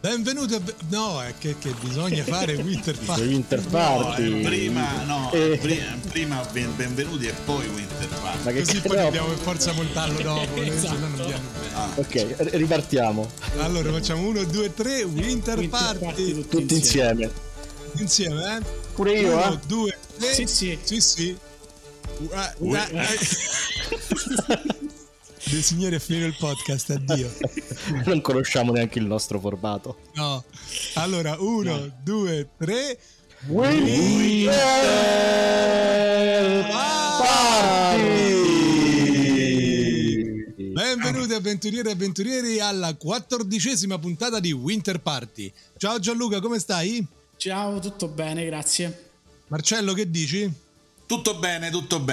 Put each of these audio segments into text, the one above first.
Benvenuti no, è che bisogna fare Winter Party. Winter Party. Prima benvenuti e poi Winter Party. Ma che così poi dobbiamo per forza montarlo dopo, esatto. Se no non viene bene. Ok, ripartiamo. Allora facciamo 1, 2, 3, Winter Party. Tutti insieme. Insieme, Pure io, 1, 2, 3. Sì. Signori, è finito il podcast, addio. Non conosciamo neanche il nostro formato. No. Allora, 1, 2, 3. Winter Party! Benvenuti avventurieri e avventurieri alla 14ª puntata di Winter Party. Ciao Gianluca, come stai? Ciao, tutto bene, grazie. Marcello, che dici? Tutto bene.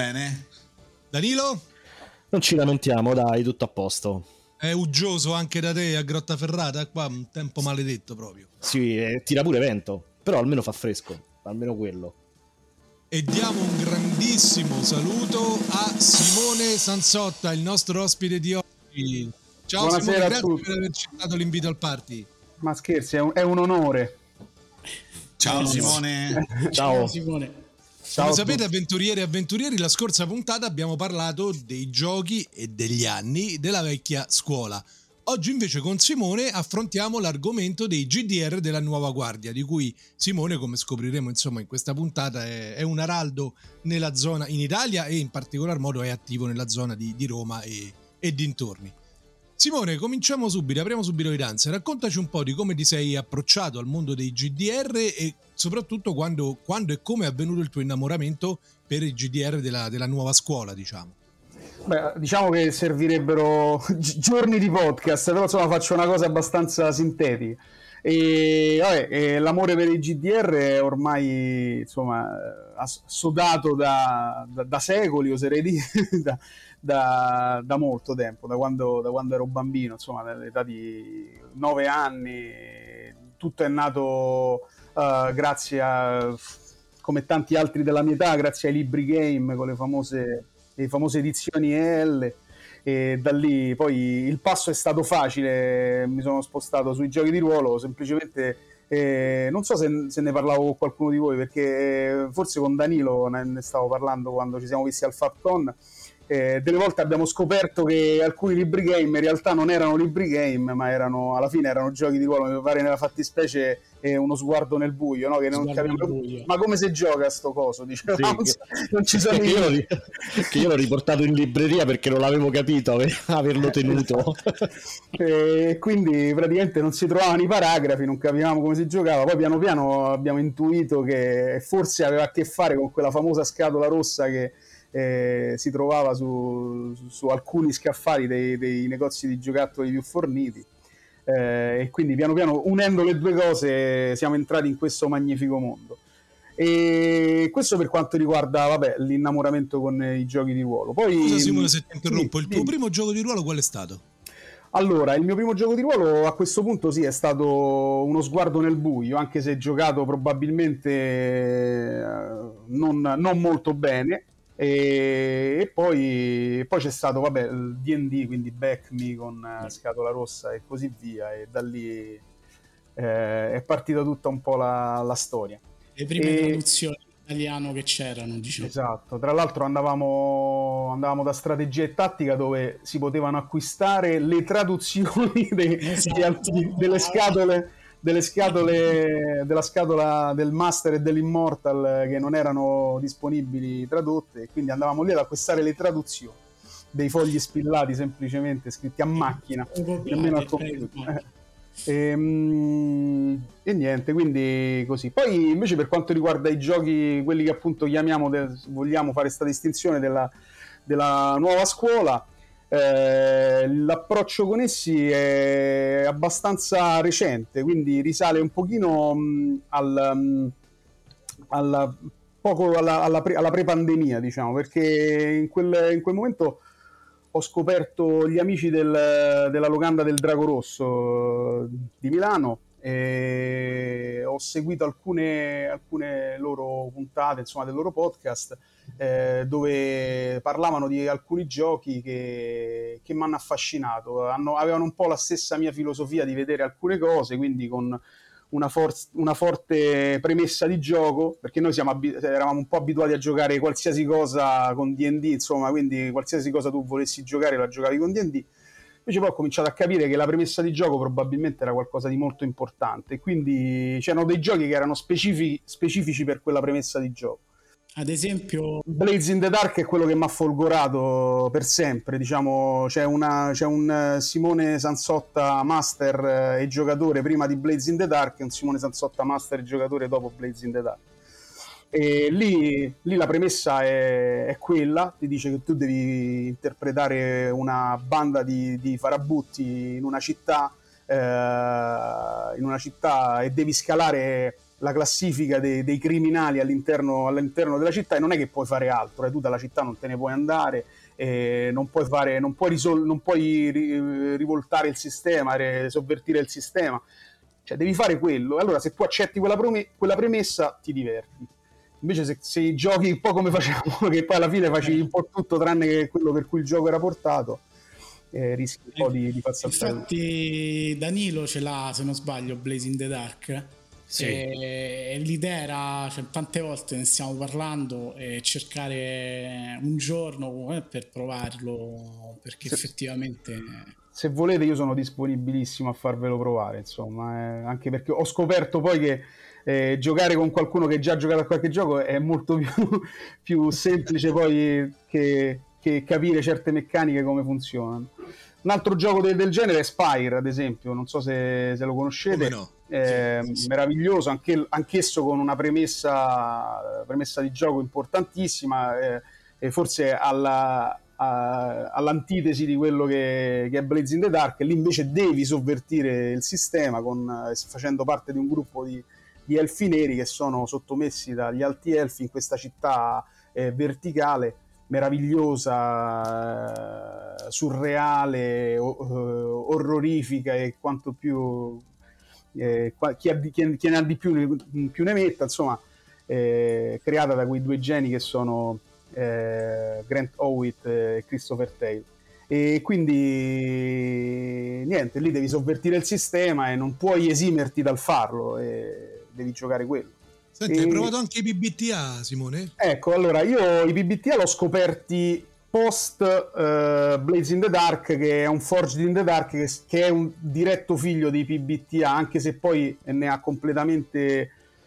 Danilo? Non ci lamentiamo, dai, tutto a posto. È uggioso anche da te a Grottaferrata? Qua un tempo maledetto proprio. Sì, tira pure vento, però almeno fa fresco, almeno quello. E diamo un grandissimo saluto a Simone Sansotta, il nostro ospite di oggi. Ciao. Buonasera, Simone, a tutti. grazie per aver accettato l'invito al party. Ma scherzi, è un onore. Ciao Simone. Ciao Simone. Ciao Come a sapete, tutti. avventurieri e avventurieri, la scorsa puntata abbiamo parlato dei giochi e degli anni della vecchia scuola. Oggi invece con Simone affrontiamo l'argomento dei GDR della nuova guardia, di cui Simone, come scopriremo insomma in questa puntata, è un araldo nella zona in Italia e in particolar modo è attivo nella zona di Roma e dintorni. Simone, cominciamo subito, apriamo subito le danze. Raccontaci un po' di come ti sei approcciato al mondo dei GDR e soprattutto quando e come è avvenuto il tuo innamoramento per i GDR della nuova scuola, diciamo. Beh, diciamo che servirebbero giorni di podcast, però insomma faccio una cosa abbastanza sintetica. L'amore per i GDR ormai insomma assodato da secoli, oserei dire, da molto tempo, da quando ero bambino, insomma nell'età di 9 anni. Tutto è nato grazie a, come tanti altri della mia età, grazie ai libri game con le famose edizioni EL, e da lì poi il passo è stato facile, mi sono spostato sui giochi di ruolo semplicemente. Non so se ne parlavo con qualcuno di voi, perché forse con Danilo ne stavo parlando quando ci siamo visti al FabCon. Delle volte abbiamo scoperto che alcuni libri game in realtà non erano libri game, ma alla fine erano giochi di ruolo. Mi pare nella fattispecie uno sguardo nel buio, no? Che non capiamo, ma come si gioca sto coso? Dicevamo, Sì, non ci sono che io l'ho riportato in libreria perché non l'avevo capito averlo tenuto. Quindi praticamente non si trovavano i paragrafi, non capivamo come si giocava. Poi piano piano abbiamo intuito che forse aveva a che fare con quella famosa scatola rossa che si trovava su alcuni scaffali dei negozi di giocattoli più forniti, e quindi piano piano, unendo le due cose, siamo entrati in questo magnifico mondo. E questo per quanto riguarda l'innamoramento con i giochi di ruolo. Poi, scusa Simone se ti interrompo, il tuo dimmi. primo gioco di ruolo qual è stato? Allora, il mio primo gioco di ruolo a questo punto sì, è stato uno sguardo nel buio, anche se giocato probabilmente non molto bene. E poi c'è stato il D&D, quindi Back Me con scatola rossa e così via, e da lì è partita tutta un po' la storia. Le prime traduzioni in italiano che c'erano, diciamo. Esatto, tra l'altro andavamo da strategia e tattica, dove si potevano acquistare le traduzioni delle scatole, della scatola del Master e dell'Immortal, che non erano disponibili tradotte, e quindi andavamo lì ad acquistare le traduzioni dei fogli spillati semplicemente scritti a macchina, nemmeno al computer. E niente, quindi così. Poi invece per quanto riguarda i giochi, quelli che appunto chiamiamo, vogliamo fare questa distinzione della nuova scuola, l'approccio con essi è abbastanza recente, quindi risale un pochino alla pre-pandemia, diciamo, perché in quel momento ho scoperto gli amici della locanda del Drago Rosso di Milano, Ho seguito alcune loro puntate, insomma, del loro podcast, dove parlavano di alcuni giochi che mi hanno affascinato. Avevano un po' la stessa mia filosofia di vedere alcune cose, quindi con una forte premessa di gioco, perché noi eravamo un po' abituati a giocare qualsiasi cosa con D&D, insomma, quindi qualsiasi cosa tu volessi giocare la giocavi con D&D. Invece poi ho cominciato a capire che la premessa di gioco probabilmente era qualcosa di molto importante, quindi c'erano dei giochi che erano specifici per quella premessa di gioco. Ad esempio, Blades in the Dark è quello che mi ha folgorato per sempre, diciamo. C'è un Simone Sansotta master e giocatore prima di Blades in the Dark e un Simone Sansotta master e giocatore dopo Blades in the Dark. E lì la premessa è quella, ti dice che tu devi interpretare una banda di farabutti in una città e devi scalare la classifica dei criminali all'interno della città, e non è che puoi fare altro, tu dalla città non te ne puoi andare, non puoi rivoltare il sistema, sovvertire il sistema, cioè devi fare quello. Allora se tu accetti quella premessa ti diverti. Invece se giochi un po' come facciamo, che poi alla fine facevi un po' tutto tranne che quello per cui il gioco era portato, rischi un po' di far saltare. Infatti Danilo ce l'ha, se non sbaglio, Blaze in the Dark. Sì. E l'idea era, cioè, tante volte ne stiamo parlando, cercare un giorno per provarlo, perché effettivamente... Se volete io sono disponibilissimo a farvelo provare, insomma, anche perché ho scoperto poi che giocare con qualcuno che già ha giocato a qualche gioco è molto più semplice poi che capire certe meccaniche come funzionano. Un altro gioco del genere è Spire, ad esempio, non so se lo conoscete. No? Sì. Meraviglioso, anch'esso con una premessa di gioco importantissima, forse all'antitesi di quello che è Blades in the Dark. Lì invece devi sovvertire il sistema facendo parte di un gruppo di elfi neri che sono sottomessi dagli alti elfi in questa città verticale, meravigliosa, surreale, orrorifica, e quanto più chi ne ha di più ne metta, insomma, creata da quei due geni che sono Grant Howitt e Christopher Taylor. E quindi niente, lì devi sovvertire il sistema e non puoi esimerti dal farlo, e devi giocare quello. Senti, hai provato anche i PBTA, Simone? Ecco, allora io i PBTA l'ho scoperti post Blades in the Dark, che è un Forged in the Dark che è un diretto figlio dei PBTA, anche se poi ne ha completamente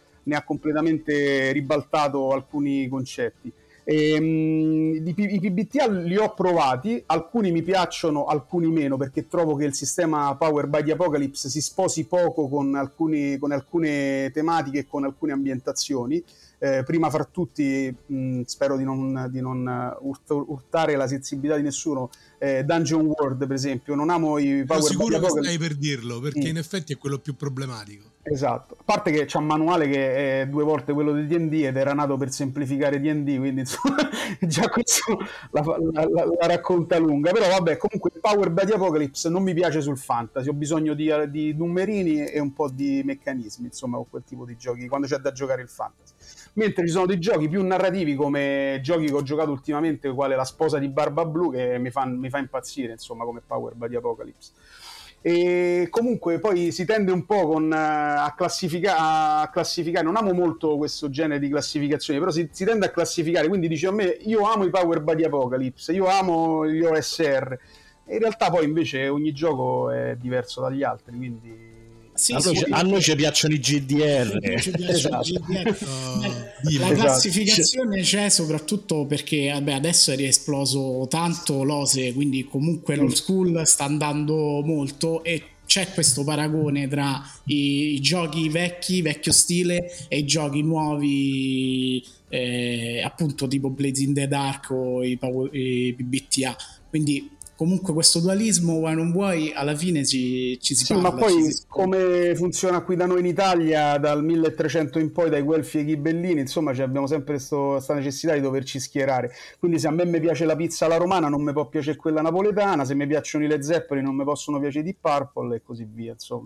ribaltato alcuni concetti. I PBTA li ho provati, alcuni mi piacciono, alcuni meno, perché trovo che il sistema Power by the Apocalypse si sposi poco con alcune tematiche e con alcune ambientazioni. Prima fra tutti, spero di non urtare la sensibilità di nessuno, Dungeon World per esempio. Non amo i Power by the Apocalypse. Sicuro che stai per dirlo, perché in effetti è quello più problematico. Esatto, a parte che c'è un manuale che è 2 volte quello di D&D ed era nato per semplificare D&D, quindi insomma già questo la racconta lunga. Però vabbè, comunque Power by the Apocalypse non mi piace sul fantasy, ho bisogno di numerini e un po' di meccanismi, insomma, con quel tipo di giochi quando c'è da giocare il fantasy. Mentre ci sono dei giochi più narrativi, come giochi che ho giocato ultimamente, quale La sposa di Barba Blu, che mi fa impazzire, insomma, come Power by the Apocalypse. E comunque poi si tende un po' a classificare. Non amo molto questo genere di classificazioni, però si tende a classificare, quindi dice a me: io amo i Power by the Apocalypse, io amo gli OSR, e in realtà poi invece ogni gioco è diverso dagli altri, quindi a noi ci piacciono i GDR. Esatto. La classificazione c'è soprattutto perché adesso è riesploso tanto l'OSE, quindi comunque l'old school sta andando molto, e c'è questo paragone tra i giochi vecchio stile e i giochi nuovi, appunto tipo Blades in the Dark o i PBTA, quindi comunque questo dualismo, vuoi non vuoi, alla fine ci si parla. Ma poi come funziona qui da noi in Italia dal 1300 in poi, dai Guelfi ai Ghibellini, insomma abbiamo sempre questa necessità di doverci schierare. Quindi se a me mi piace la pizza alla romana non mi può piacere quella napoletana, se mi piacciono i Led Zeppelin non mi possono piacere i Deep Purple, e così via, insomma.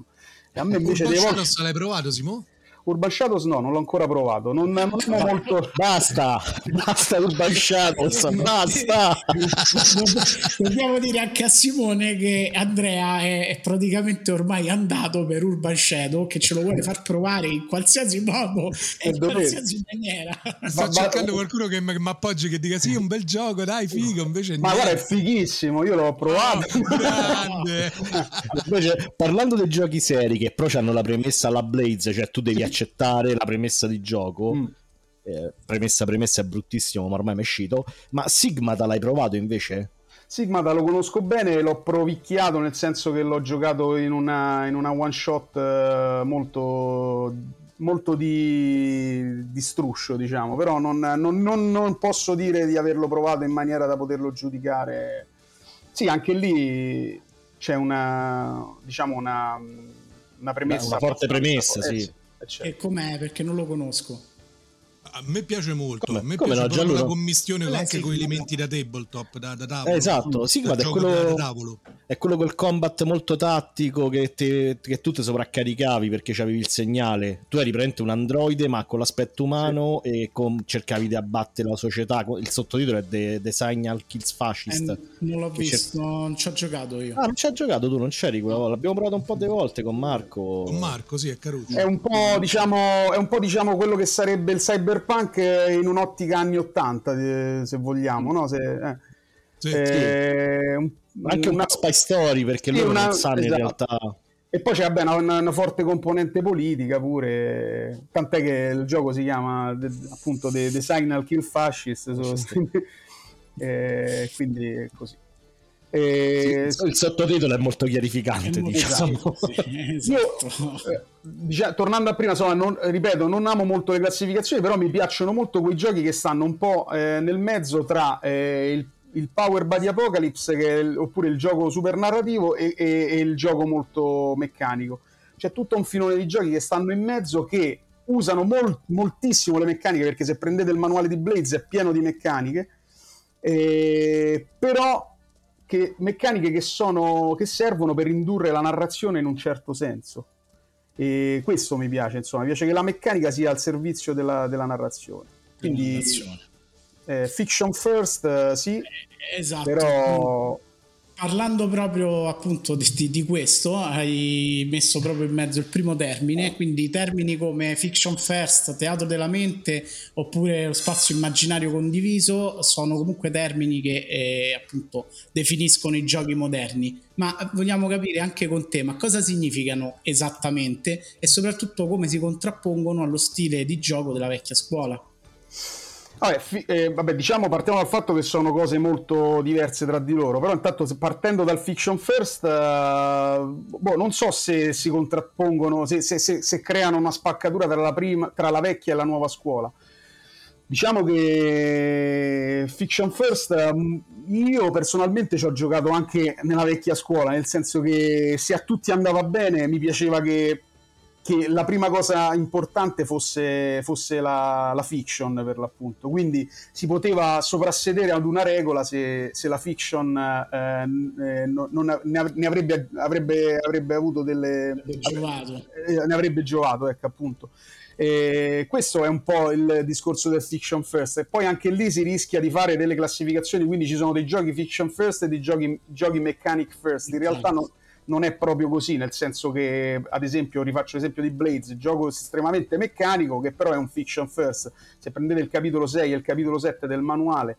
E a me invece Urban Shadows l'hai provato, Simo? Urban Shadows no, non l'ho ancora provato. Non amo molto. Basta Urban Shadows, basta. Dobbiamo dire anche a Simone che Andrea è praticamente ormai andato per Urban Shadow, che ce lo vuole far provare in qualsiasi modo e in qualsiasi maniera. Sto cercando qualcuno che mi appoggi, che dica sì, un bel gioco, dai, figo, invece ma guarda, è fighissimo, io l'ho provato. Grande. Invece, parlando dei giochi seri che però hanno la premessa alla Blaze, cioè tu devi accettare la premessa di gioco. Premessa è bruttissimo, ma ormai mi è uscito. Ma Sigmata l'hai provato invece? Sigmata lo conosco bene, l'ho provicchiato, nel senso che l'ho giocato in una one shot molto di struscio, diciamo, però non posso dire di averlo provato in maniera da poterlo giudicare. Sì, anche lì c'è una premessa, una forte premessa, sì. E com'è? Perché non lo conosco. A me piace molto, Come? a me Come piace no, proprio Gianluca? la commistione Qual è anche con Sigmata? elementi da tabletop, da tavolo. Esatto, Sigmata da tavolo. è quello col combat molto tattico che tu ti sovraccaricavi perché c'avevi il segnale. Tu eri praticamente un androide ma con l'aspetto umano, sì. E cercavi di abbattere la società. Il sottotitolo è The Signal Kills Fascist. Non l'ho visto, non ci ho giocato io. Ah, non ci hai giocato tu, non c'eri quella volta? L'abbiamo provato un po' di volte con Marco. Con Marco, sì, è caruccio. È un po' diciamo quello che sarebbe il cyberpunk in un'ottica anni 80, se vogliamo, no? Sì. Anche una spy story, perché loro non sanno, esatto, in realtà. E poi c'è una forte componente politica pure, tant'è che il gioco si chiama appunto The Signal Kill Fascist, quindi è così. Il sottotitolo è molto chiarificante, diciamo. Io, tornando a prima, ripeto, non amo molto le classificazioni, però mi piacciono molto quei giochi che stanno un po' nel mezzo tra il Power Body Apocalypse, oppure il gioco super narrativo, e il gioco molto meccanico. C'è tutto un filone di giochi che stanno in mezzo, che usano moltissimo le meccaniche, perché se prendete il manuale di Blaze è pieno di meccaniche, però meccaniche che servono per indurre la narrazione in un certo senso, e questo mi piace, insomma, mi piace che la meccanica sia al servizio della narrazione, quindi fiction first, sì, esatto. Però parlando proprio appunto di questo, hai messo proprio in mezzo il primo termine, quindi termini come fiction first, teatro della mente, oppure lo spazio immaginario condiviso sono comunque termini che appunto definiscono i giochi moderni. Ma vogliamo capire anche con te, ma cosa significano esattamente e soprattutto come si contrappongono allo stile di gioco della vecchia scuola? Vabbè, diciamo, partiamo dal fatto che sono cose molto diverse tra di loro, però intanto, partendo dal fiction first, non so se si contrappongono, se creano una spaccatura tra la vecchia e la nuova scuola. Diciamo che fiction first, io personalmente ci ho giocato anche nella vecchia scuola, nel senso che se a tutti andava bene, mi piaceva che la prima cosa importante fosse la fiction, per l'appunto, quindi si poteva soprassedere ad una regola se la fiction ne avrebbe avuto ne avrebbe giovato, ecco, appunto. Questo è un po' il discorso del fiction first, e poi anche lì si rischia di fare delle classificazioni, quindi ci sono dei giochi fiction first e dei giochi mechanic first. In realtà non è proprio così, nel senso che, ad esempio, rifaccio l'esempio di Blaze, gioco estremamente meccanico che però è un fiction first. Se prendete il capitolo 6 e il capitolo 7 del manuale,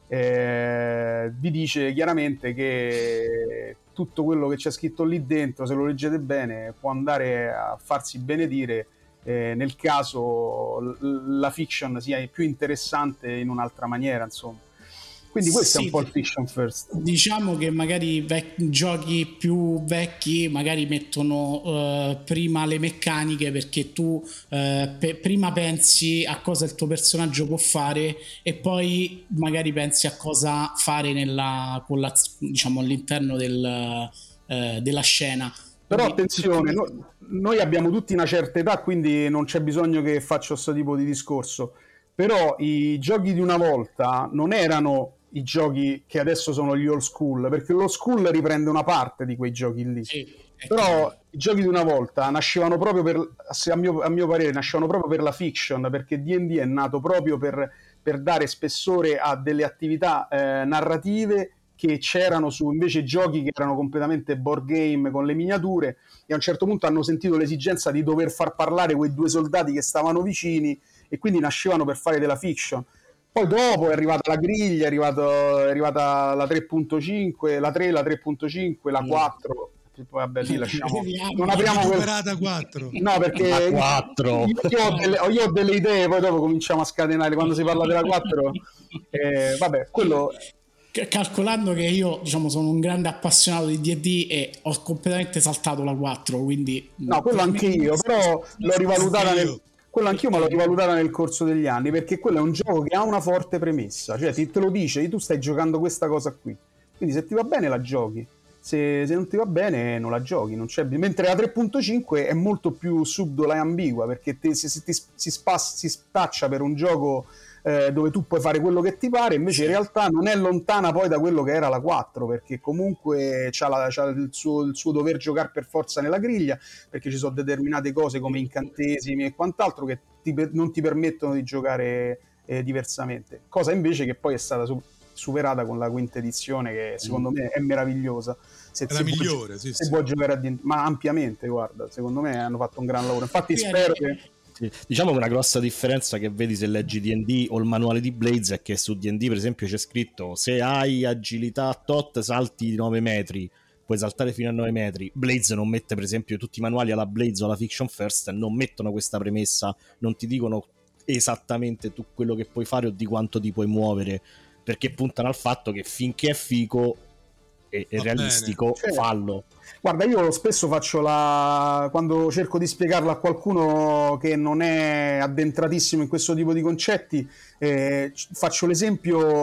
vi dice chiaramente che tutto quello che c'è scritto lì dentro, se lo leggete bene, può andare a farsi benedire nel caso la fiction sia più interessante in un'altra maniera, insomma. Quindi questo è un po' il fiction first. Diciamo che magari giochi più vecchi magari mettono prima le meccaniche, perché tu prima pensi a cosa il tuo personaggio può fare e poi magari pensi a cosa fare diciamo, all'interno della scena. Però attenzione, noi abbiamo tutti una certa età, quindi non c'è bisogno che faccia questo tipo di discorso. Però i giochi di una volta non erano i giochi che adesso sono gli old school, perché l'old school riprende una parte di quei giochi lì. Sì, però i giochi di una volta nascevano proprio a mio parere, nascevano proprio per la fiction, perché D&D è nato proprio per dare spessore a delle attività narrative che c'erano su invece giochi che erano completamente board game con le miniature, e a un certo punto hanno sentito l'esigenza di dover far parlare quei due soldati che stavano vicini, e quindi nascevano per fare della fiction. Poi dopo è arrivata la griglia, è arrivata la 3.5, la 3, la 3.5, la 4. Poi vabbè, lì lasciamo. Non apriamo superata 4. No, perché 4. Io ho delle idee, poi dopo cominciamo a scatenare quando si parla della 4. Vabbè, quello. Calcolando che io, diciamo, sono un grande appassionato di D&D e ho completamente saltato la 4, quindi no, quello anche io, però l'ho rivalutata quello anch'io, ma l'ho rivalutata nel corso degli anni, perché quello è un gioco che ha una forte premessa, cioè te lo dice, tu stai giocando questa cosa qui, quindi se ti va bene la giochi, se non ti va bene non la giochi, non c'è. Mentre la 3.5 è molto più subdola e ambigua, perché si spaccia per un gioco dove tu puoi fare quello che ti pare, invece in realtà non è lontana poi da quello che era la 4, perché comunque c'ha il suo dover giocare per forza nella griglia, perché ci sono determinate cose come incantesimi e quant'altro che non ti permettono di giocare diversamente, cosa invece che poi è stata superata con la quinta edizione, che secondo me è meravigliosa. È la migliore, sì, se può giocare ma ampiamente, guarda, secondo me hanno fatto un gran lavoro, infatti spero che diciamo che una grossa differenza che vedi se leggi D&D o il manuale di Blades è che su D&D per esempio c'è scritto se hai agilità tot salti di 9 metri, puoi saltare fino a 9 metri. Blades non mette, per esempio, tutti i manuali alla Blades o alla Fiction First non mettono questa premessa, non ti dicono esattamente tu quello che puoi fare o di quanto ti puoi muovere, perché puntano al fatto che finché è fico e realistico, fallo. Guarda, io spesso quando cerco di spiegarlo a qualcuno che non è addentratissimo in questo tipo di concetti, faccio l'esempio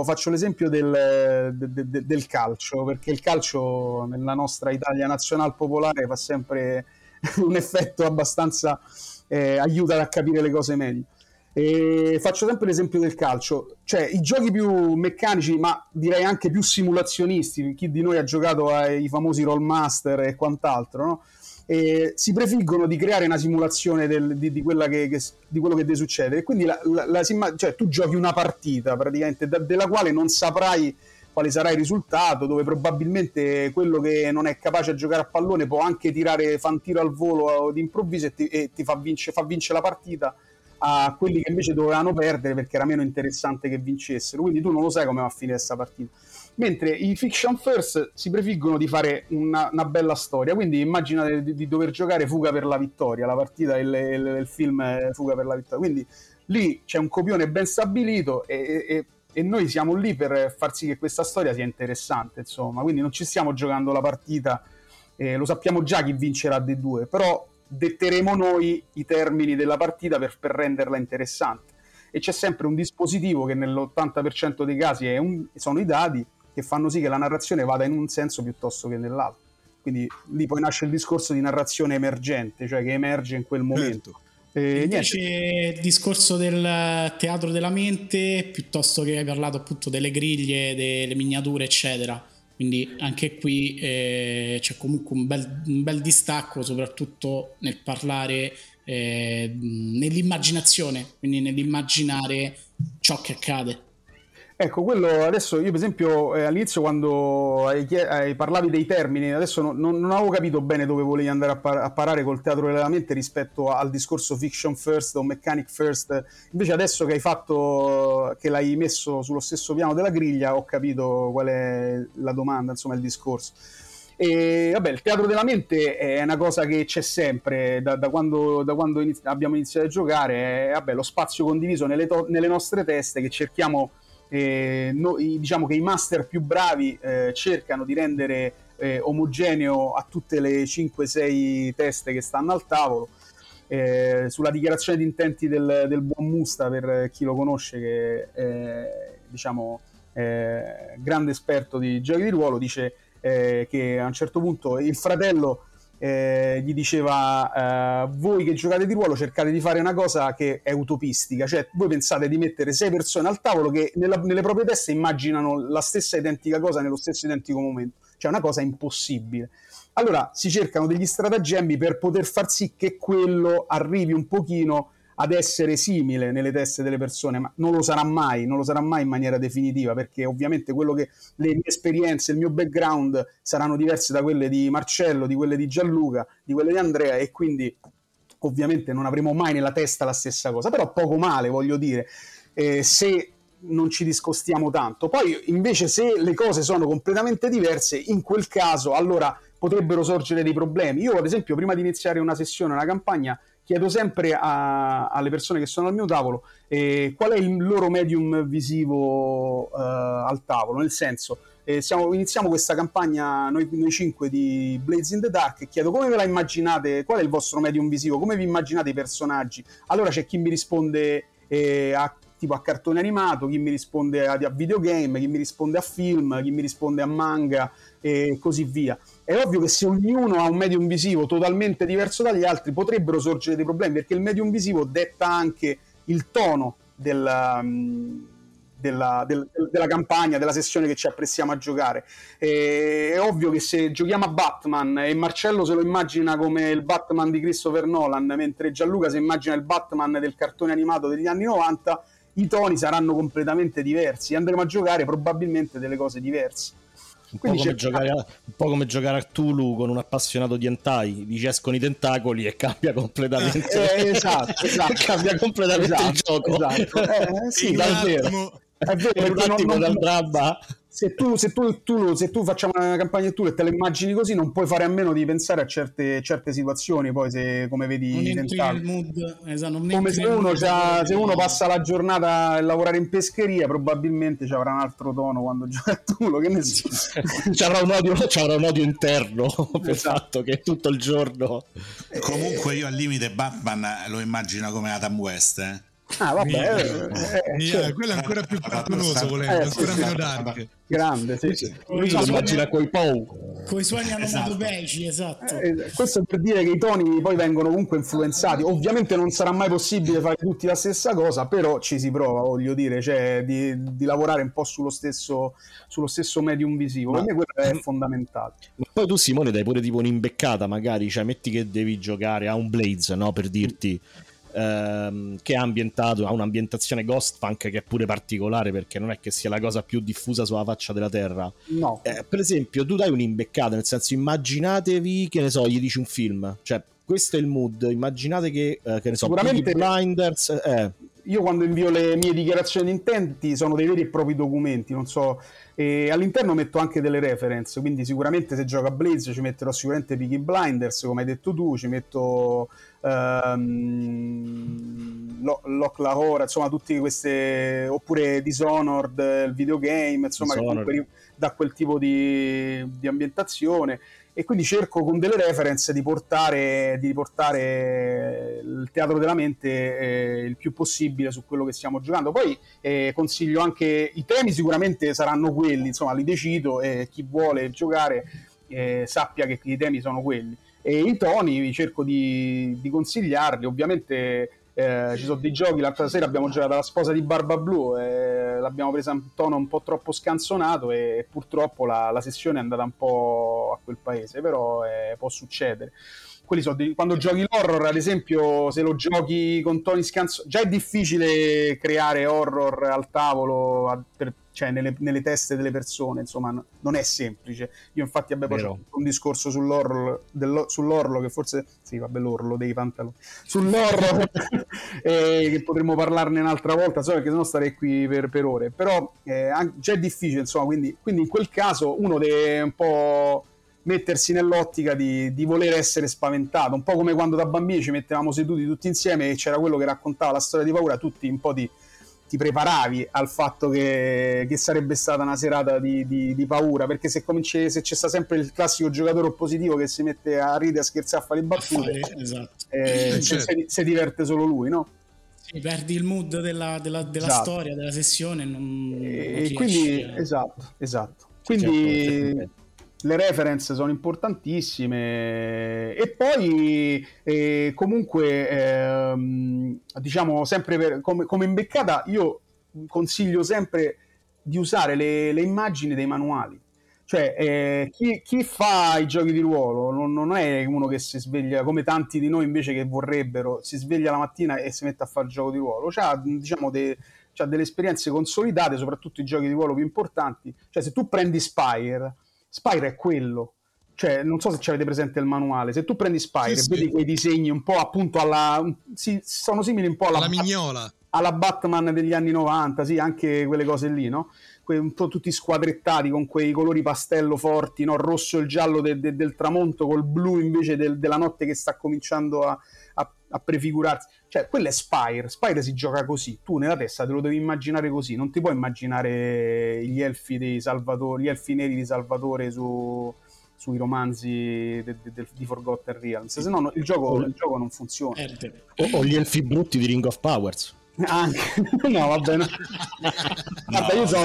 del calcio, perché il calcio nella nostra Italia nazional popolare fa sempre un effetto abbastanza, aiuta a capire le cose meglio. E faccio sempre l'esempio del calcio, cioè i giochi più meccanici, ma direi anche più simulazionisti, chi di noi ha giocato ai famosi Rollmaster e quant'altro, no? E si prefiggono di creare una simulazione di quello che ti succede, e quindi cioè, tu giochi una partita praticamente della quale non saprai quale sarà il risultato, dove probabilmente quello che non è capace a giocare a pallone può anche fa un tiro al volo d'improvviso e ti fa vincere la partita a quelli che invece dovevano perdere perché era meno interessante che vincessero, quindi tu non lo sai come va a finire questa partita. Mentre i Fiction First si prefiggono di fare una bella storia, quindi immagina di dover giocare Fuga per la vittoria, la partita il film Fuga per la vittoria, quindi lì c'è un copione ben stabilito e noi siamo lì per far sì che questa storia sia interessante, insomma, quindi non ci stiamo giocando la partita, lo sappiamo già chi vincerà dei due, però detteremo noi i termini della partita per renderla interessante, e c'è sempre un dispositivo che nell'80% dei casi sono i dadi, che fanno sì che la narrazione vada in un senso piuttosto che nell'altro, quindi lì poi nasce il discorso di narrazione emergente, cioè che emerge in quel momento. Invece il discorso del teatro della mente, piuttosto che hai parlato appunto delle griglie, delle miniature eccetera, quindi anche qui c'è comunque un bel distacco, soprattutto nel parlare, nell'immaginazione, quindi nell'immaginare ciò che accade. Ecco, quello adesso io per esempio all'inizio quando parlavi dei termini, adesso non avevo capito bene dove volevi andare a parare col teatro della mente rispetto al discorso fiction first o mechanic first, invece adesso che l'hai messo sullo stesso piano della griglia ho capito qual è la domanda, insomma il discorso. E vabbè, il teatro della mente è una cosa che c'è sempre da quando abbiamo iniziato a giocare, vabbè, lo spazio condiviso nelle nostre teste che cerchiamo. Diciamo che i master più bravi cercano di rendere omogeneo a tutte le 5-6 teste che stanno al tavolo. Sulla dichiarazione di intenti del buon Musta, per chi lo conosce, che è grande esperto di giochi di ruolo, dice che a un certo punto il fratello gli diceva voi che giocate di ruolo cercate di fare una cosa che è utopistica, cioè voi pensate di mettere 6 persone al tavolo che nelle proprie teste immaginano la stessa identica cosa nello stesso identico momento, cioè una cosa impossibile. allora si cercano degli stratagemmi per poter far sì che quello arrivi un pochino ad essere simile nelle teste delle persone, ma non lo sarà mai in maniera definitiva, perché ovviamente le mie esperienze, il mio background saranno diverse da quelle di Marcello, di quelle di Gianluca, di quelle di Andrea, e quindi ovviamente non avremo mai nella testa la stessa cosa, però poco male, voglio dire, se non ci discostiamo tanto. Poi invece se le cose sono completamente diverse, in quel caso allora potrebbero sorgere dei problemi. Io ad esempio prima di iniziare una sessione, una campagna, chiedo sempre alle persone che sono al mio tavolo qual è il loro medium visivo al tavolo, nel senso iniziamo questa campagna noi 5 di Blades in the Dark e chiedo come ve la immaginate, qual è il vostro medium visivo, come vi immaginate i personaggi. Allora c'è chi mi risponde tipo a cartone animato, chi mi risponde a videogame, chi mi risponde a film, chi mi risponde a manga e così via. È ovvio che se ognuno ha un medium visivo totalmente diverso dagli altri potrebbero sorgere dei problemi, perché il medium visivo detta anche il tono della campagna, della sessione che ci apprestiamo a giocare. È ovvio che se giochiamo a Batman e Marcello se lo immagina come il Batman di Christopher Nolan, mentre Gianluca si immagina il Batman del cartone animato degli anni 90, i toni saranno completamente diversi, andremo a giocare probabilmente delle cose diverse. Un po' come giocare a Cthulhu con un appassionato di hentai, dici escono i tentacoli e cambia completamente esatto. Cambia completamente il gioco, sì, davvero. È vero, un attimo dal dramma. Se tu facciamo una campagna di Cthulhu e te la immagini così, non puoi fare a meno di pensare a certe situazioni, poi se come vedi non entri nel mood, esatto, come se uno passa la giornata a lavorare in pescheria, probabilmente ci avrà un altro tono quando gioca a Cthulhu, che ne so. c'avrà un odio interno per il fatto che tutto il giorno comunque io al limite Batman lo immagino come Adam West, quello è ancora più cartunoso, volendo, ancora meno dark. Grande, sì. Lui si immagina coi coi suoni onomatopeici, esatto. Questo per dire che i toni poi vengono comunque influenzati. Ovviamente non sarà mai possibile fare tutti la stessa cosa, però ci si prova, voglio dire, cioè di lavorare un po' sullo stesso medium visivo. Per me quello è fondamentale. Ma poi tu, Simone, dai pure tipo un'imbeccata, magari, cioè metti che devi giocare a un Blades, no, per dirti, che è ambientato, ha un'ambientazione ghost punk che è pure particolare, perché non è che sia la cosa più diffusa sulla faccia della terra. No. Per esempio, tu dai un'imbeccata, nel senso, immaginatevi, che ne so, gli dici un film, cioè questo è il mood, immaginate che ne so, sicuramente Blinders, io quando invio le mie dichiarazioni di intenti sono dei veri e propri documenti, non so, e all'interno metto anche delle reference, quindi sicuramente se gioco a Blaze ci metterò sicuramente Peaky Blinders, come hai detto tu, ci metto L'Oklahoma, insomma tutte queste, oppure Dishonored, il videogame, insomma, che comunque da quel tipo di ambientazione, e quindi cerco con delle reference di portare il teatro della mente il più possibile su quello che stiamo giocando. Poi consiglio anche i temi, sicuramente saranno quelli, insomma li decido, e chi vuole giocare sappia che i temi sono quelli, e i toni vi cerco di consigliarli. Ovviamente ci sono dei giochi, l'altra sera abbiamo giocato alla sposa di Barba Blu, l'abbiamo presa un tono un po' troppo scanzonato e purtroppo la sessione è andata un po' a quel paese, però può succedere. Quelli sono quando giochi l'horror, ad esempio, se lo giochi con toni scanzonati, già è difficile creare horror al tavolo cioè nelle teste delle persone, insomma, non è semplice. Io infatti poi ho un discorso sull'orlo che forse sì, vabbè, l'orlo dei pantaloni, sull'orlo che potremmo parlarne un'altra volta, perché sennò starei qui per ore, però già è difficile, insomma, quindi in quel caso uno deve un po' mettersi nell'ottica di voler essere spaventato, un po' come quando da bambini ci mettevamo seduti tutti insieme e c'era quello che raccontava la storia di paura, tutti un po' ti preparavi al fatto che sarebbe stata una serata di paura, perché se c'è sta sempre il classico giocatore oppositivo che si mette a ridere, a scherzare, a fare le battute, esatto. Si diverte solo lui, no? Sì, perdi il mood della esatto. storia, della sessione, non quindi esatto. Quindi le reference sono importantissime, e poi comunque diciamo sempre come imbeccata io consiglio sempre di usare le immagini dei manuali, Cioè, chi fa i giochi di ruolo non è uno che si sveglia come tanti di noi invece che vorrebbero, si sveglia la mattina e si mette a fare il gioco di ruolo. C'ha, diciamo, c'ha delle esperienze consolidate, soprattutto i giochi di ruolo più importanti. Cioè, se tu prendi Spire è quello. Cioè, non so se ci avete presente il manuale. Se tu prendi Spire e vedi quei disegni un po' appunto sono simili un po' alla mignola, alla Batman degli anni 90, sì, anche quelle cose lì, no? Un po' tutti squadrettati con quei colori pastello forti, no? Il rosso e il giallo del tramonto col blu invece della notte che sta cominciando a prefigurarsi. Cioè, quello è Spire. Spire si gioca così. Tu nella testa te lo devi immaginare così. Non ti puoi immaginare gli elfi di Salvatore, gli elfi neri di Salvatore sui romanzi di Forgotten Realms, se no il gioco non funziona. O gli elfi brutti di Ring of Powers. Anche. No, vabbè, no. Vabbè, io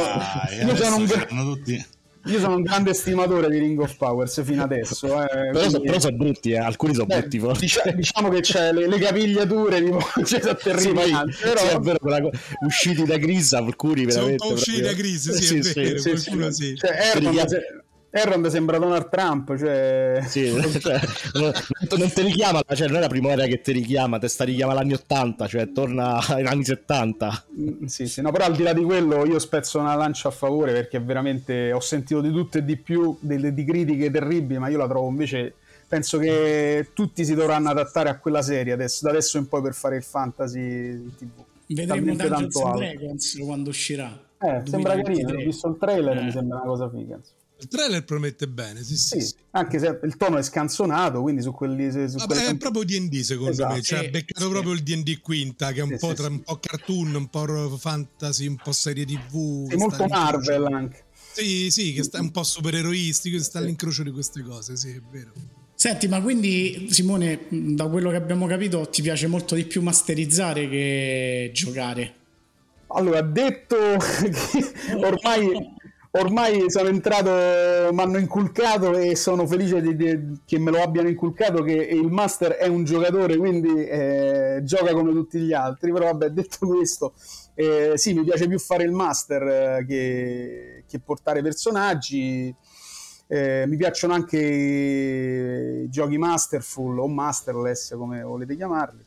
sono un grande stimatore di Ring of Powers fino adesso, però sono brutti, alcuni sono brutti forti. Diciamo che c'è le capigliature tipo, sono terrificanti, però... sì, è vero, usciti da Gris, alcuni veramente sono un po' usciti da Gris, sì, è vero, qualcuno sì. Cioè, Errond sembra Donald Trump, cioè... Sì, cioè, non te richiama, cioè non è la primavera che ti richiama, te sta richiama agli anni 80, cioè torna agli anni 70. Sì, no, però al di là di quello io spezzo una lancia a favore, perché veramente ho sentito di tutto e di più, di critiche terribili, ma io la trovo invece... Penso che tutti si dovranno adattare a quella serie da adesso in poi per fare il fantasy in TV. Vedremo Dungeons and Dragons quando uscirà. Sembra carino, ho visto il trailer, mi sembra una cosa figa. Il trailer promette bene, sì. Anche se il tono è scanzonato, quindi su quelli... È proprio D&D secondo me, cioè ha beccato proprio il D&D quinta, che è un po' tra un po' cartoon, un po' fantasy, un po' serie TV. È molto Marvel anche. Sì, che sta un po' supereroistico, che sta all'incrocio di queste cose, sì, è vero. Senti, ma quindi Simone, da quello che abbiamo capito, ti piace molto di più masterizzare che giocare? Allora, detto che ormai sono entrato, mi hanno inculcato e sono felice che me lo abbiano inculcato, che il master è un giocatore, quindi gioca come tutti gli altri. Però vabbè, detto questo, sì, mi piace più fare il master che portare personaggi. Mi piacciono anche i giochi masterful o masterless, come volete chiamarli,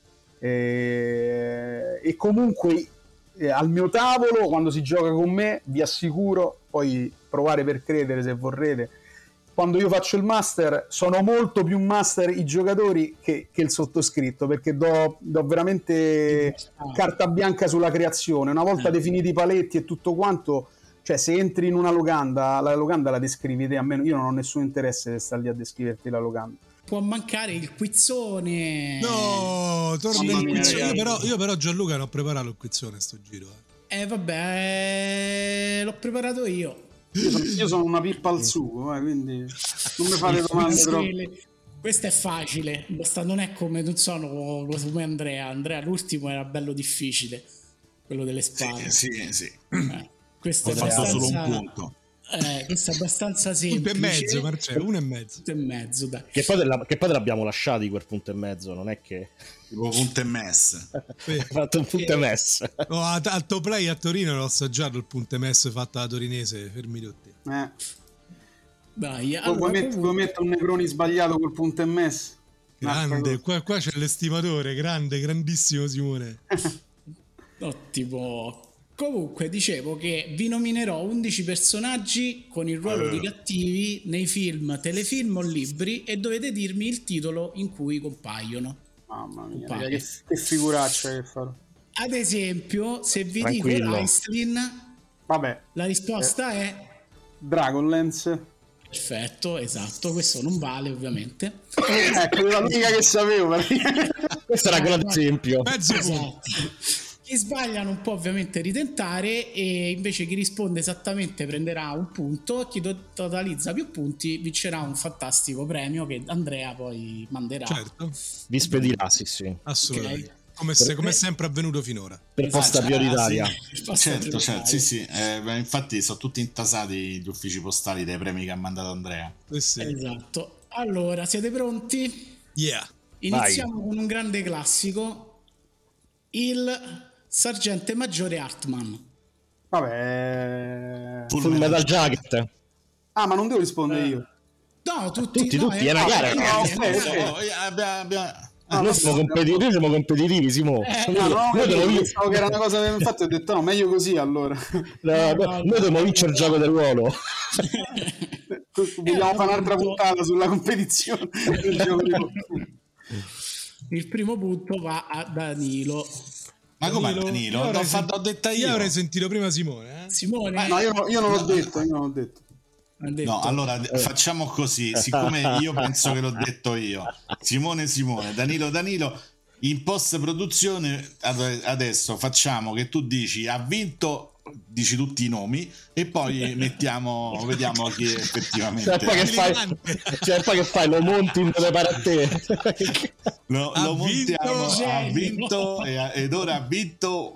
e comunque al mio tavolo, quando si gioca con me, vi assicuro, poi provare per credere se vorrete, quando io faccio il master sono molto più master i giocatori che il sottoscritto, perché do veramente carta bianca sulla creazione. Una volta definiti i paletti e tutto quanto, cioè se entri in una locanda, la locanda la descrivi te, a me io non ho nessun interesse di stare lì a descriverti la locanda. Può mancare il quizzone. No, torna il quizzone. Io però Gianluca non ho preparato il quizzone sto giro. Vabbè, l'ho preparato io. Io sono una pippa al sugo, quindi non mi fate domande troppo. Questo è facile, non è come, non sono come Andrea, l'ultimo era bello difficile, quello delle spade. Sì. Questo ho fatto solo un punto. Questo è abbastanza semplice. Punto e mezzo, Marcello, 1,5. Dai. Che poi te l'abbiamo lasciati quel punto e mezzo, non è che... Tipo punto e mess. Hai fatto un punto e mess. No, a Toplay a Torino l'ho assaggiato il punto e mess fatto da torinese, fermi tutti. Dai, allora, puoi mettere un Negroni sbagliato col punto e mess? Grande, qua c'è l'estimatore, grandissimo Simone. Ottimo. Comunque dicevo che vi nominerò 11 personaggi con il ruolo di cattivi nei film, telefilm o libri, e dovete dirmi il titolo in cui compaiono. Mamma mia, che figuraccia che farò. Ad esempio, se vi dico Raistlin, vabbè, la risposta è Dragonlance. Perfetto, esatto, questo non vale ovviamente. Ecco, è l'unica che sapevo. Questa era quella d'esempio. Esatto. Chi sbaglia non può ovviamente ritentare, e invece chi risponde esattamente prenderà un punto. Chi totalizza più punti vincerà un fantastico premio che Andrea poi manderà. Certo. Vi spedirà, sì. Assolutamente. Okay. Come è sempre avvenuto finora. Per posta prioritaria. Certo, sì. Infatti sono tutti intasati gli uffici postali dei premi che ha mandato Andrea. Sì. Esatto. Allora, siete pronti? Yeah. Iniziamo con un grande classico, il Sergente Maggiore Hartman. Vabbè, Full Metal Jacket. Ah, ma non devo rispondere io. No, tutti, Tutti, è una gara. Noi siamo competitivi, Simo. Io pensavo che era una cosa, infatti ho detto no, meglio così allora. Noi dobbiamo vincere il gioco del ruolo. Vogliamo fare un'altra puntata sulla competizione del gioco di ruolo. Il primo punto va a Danilo. Ma come Danilo? L'ho detta io. Io avrei sentito prima Simone. Simone? No, io non l'ho detto. No, allora facciamo così, siccome io penso che l'ho detto io. Simone, Danilo, in post produzione adesso facciamo che tu dici ha vinto, dici tutti i nomi e poi vediamo chi è effettivamente. Poi che fai? Lo monti in dove pare a te. Lo montiamo, ha vinto ed ora ha vinto.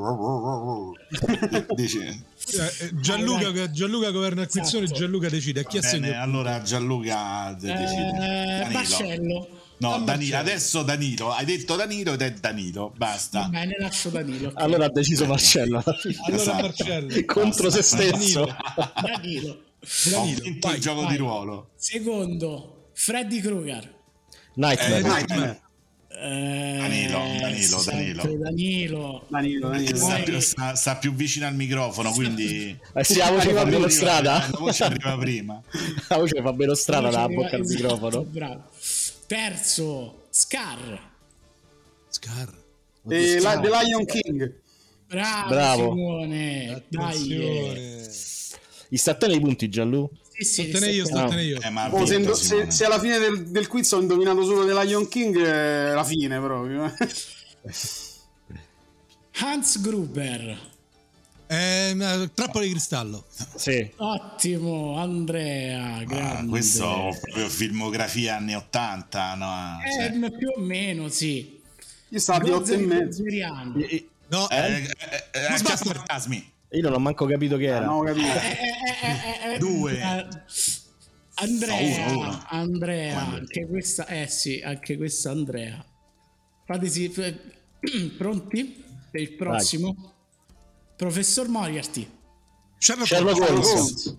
Dici Gianluca governa acquisizione, esatto. Gianluca decide a chi assegna. Allora Gianluca decide. Marcello. No, Danilo. Adesso Danilo, hai detto Danilo ed è Danilo, basta. Va bene, lascio Danilo. Okay. Allora ha deciso Marcello. Allora Marcello contro se stesso. Danilo. Ho vinto il gioco di ruolo. Secondo, Freddy Krueger. Nightmare. Danilo. Sta più vicino al microfono, quindi la voce fa meno strada. La voce arriva prima. La voce fa meno strada dalla bocca al microfono. Bravo. Terzo, Scar. The Lion King. Bravo. Simone. Dai. Gli sta a te nei punti, Gianlu? Sì, sto io. Se alla fine del quiz ho indovinato solo The Lion King, è la fine proprio. Hans Gruber. Trappola di cristallo. Sì. Ottimo, Andrea. Grande. Questo proprio filmografia anni 80, no? Più o meno, sì. Io stavo di 8,5. No, fantasmi. Io non ho manco capito che era. Non ho capito. 2. Andrea, anche questa, anche questa Andrea. Fatesi pronti per il prossimo? Vai. Professor Moriarty. Sherlock Holmes.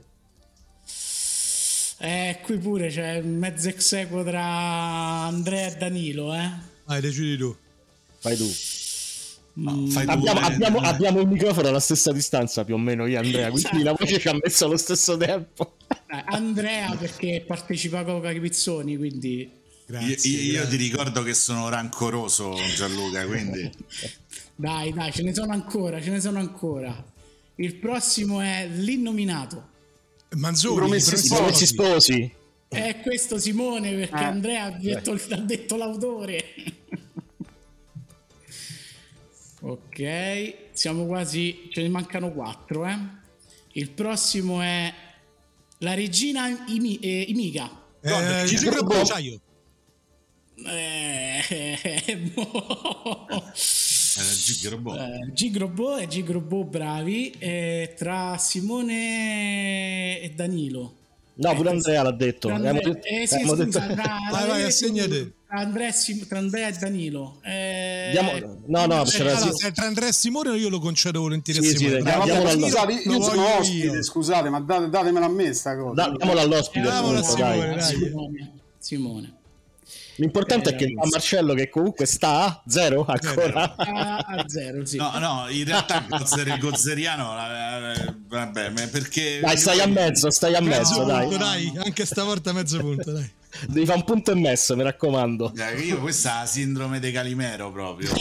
Qui pure c'è mezzo ex equo tra Andrea e Danilo, Vai, decidi tu. Vai tu. No, abbiamo il microfono alla stessa distanza più o meno io e Andrea, quindi la voce ci ha messo allo stesso tempo. Andrea perché partecipa con Capizzoni, quindi io ti ricordo che sono rancoroso, Gianluca, quindi dai, ce ne sono ancora. Il prossimo è l'innominato Manzoni, Promessi sposi. È questo Simone, perché Andrea ha detto l'autore. Ok, siamo quasi, ce ne mancano 4. Il prossimo è la regina Imiga. Gigrobot. Gigrobot, bravi. Tra Simone e Danilo. No, pure Andrea l'ha detto. Vai, assegnate. Tra Andrea e Danilo. Tra Andrea e Simone io lo concedo volentieri a Simone. Io sono ospite, scusate, ma datemela a me sta cosa. Diamola all'ospite. Simone. L'importante è che a Marcello, che comunque sta a 0 ancora. A 0, sì. No, in realtà il gozzeriano vabbè, perché dai, stai a mezzo, dai. Dai, anche stavolta mezzo punto, dai. Devi fare un punto e messo, mi raccomando. Io questa è la sindrome di Calimero proprio.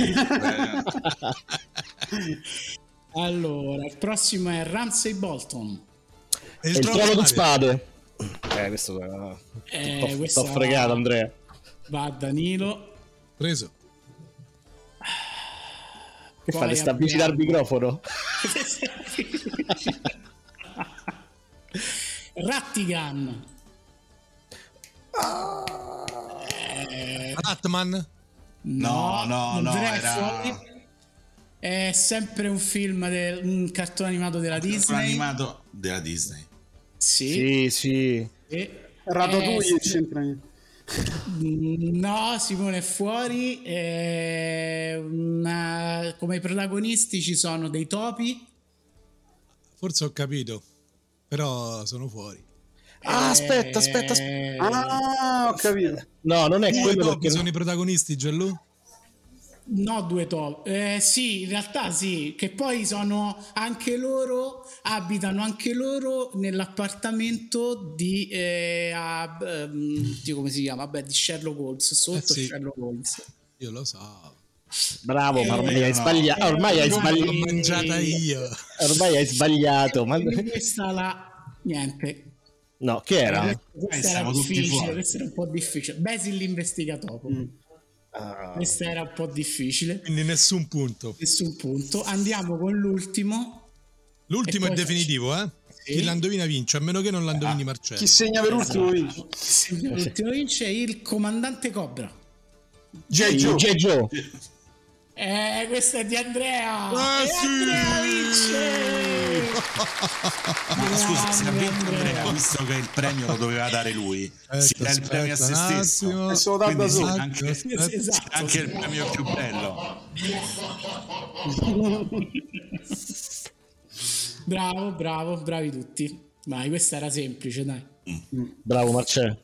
Allora, il prossimo è Ramsay Bolton. Il trono di spade. Questo sto fregato, Andrea. Va a Danilo. Preso. Che fate? Sta vicino al microfono? Rattigan. Batman? No, era... È sempre un film, un cartone animato della Disney. Animato della Disney. Sì. Ratatouille c'entra niente. No, Simone è fuori. Come protagonisti ci sono dei topi. Forse ho capito, però sono fuori. Aspetta. Ho capito. No, non è quello Perché perché... sono i protagonisti, Gianlu? No, due top. Sì, in realtà sì, che poi sono anche loro, abitano anche loro nell'appartamento di come si chiama? Vabbè, di Sherlock Holmes, sotto sì. Sherlock Holmes. Io lo so. Bravo, ma ormai hai sbagliato. Ormai hai L'ho sbagliato. mangiata io. Ormai hai sbagliato. Ma... Questa niente. No, che era? Questa era difficile, questa era un po' difficile. Basil l'investigatore. Questa era un po' difficile. Quindi nessun punto. Andiamo con l'ultimo. L'ultimo è definitivo, eh? Sì. Chi la indovina vince, a meno che non la indovini Marcello. Chi segna per ultimo vince. L'ultimo vince il comandante Cobra. J. Joe. Questo è di Andrea. Sì! Andrea vince. Ma scusa, se ha vinto Andrea, visto che il premio lo doveva dare lui, si dà il premio a se stesso. Quindi anche il premio più bello. Bravi tutti. Vai, questa era semplice, dai. Bravo Marcello.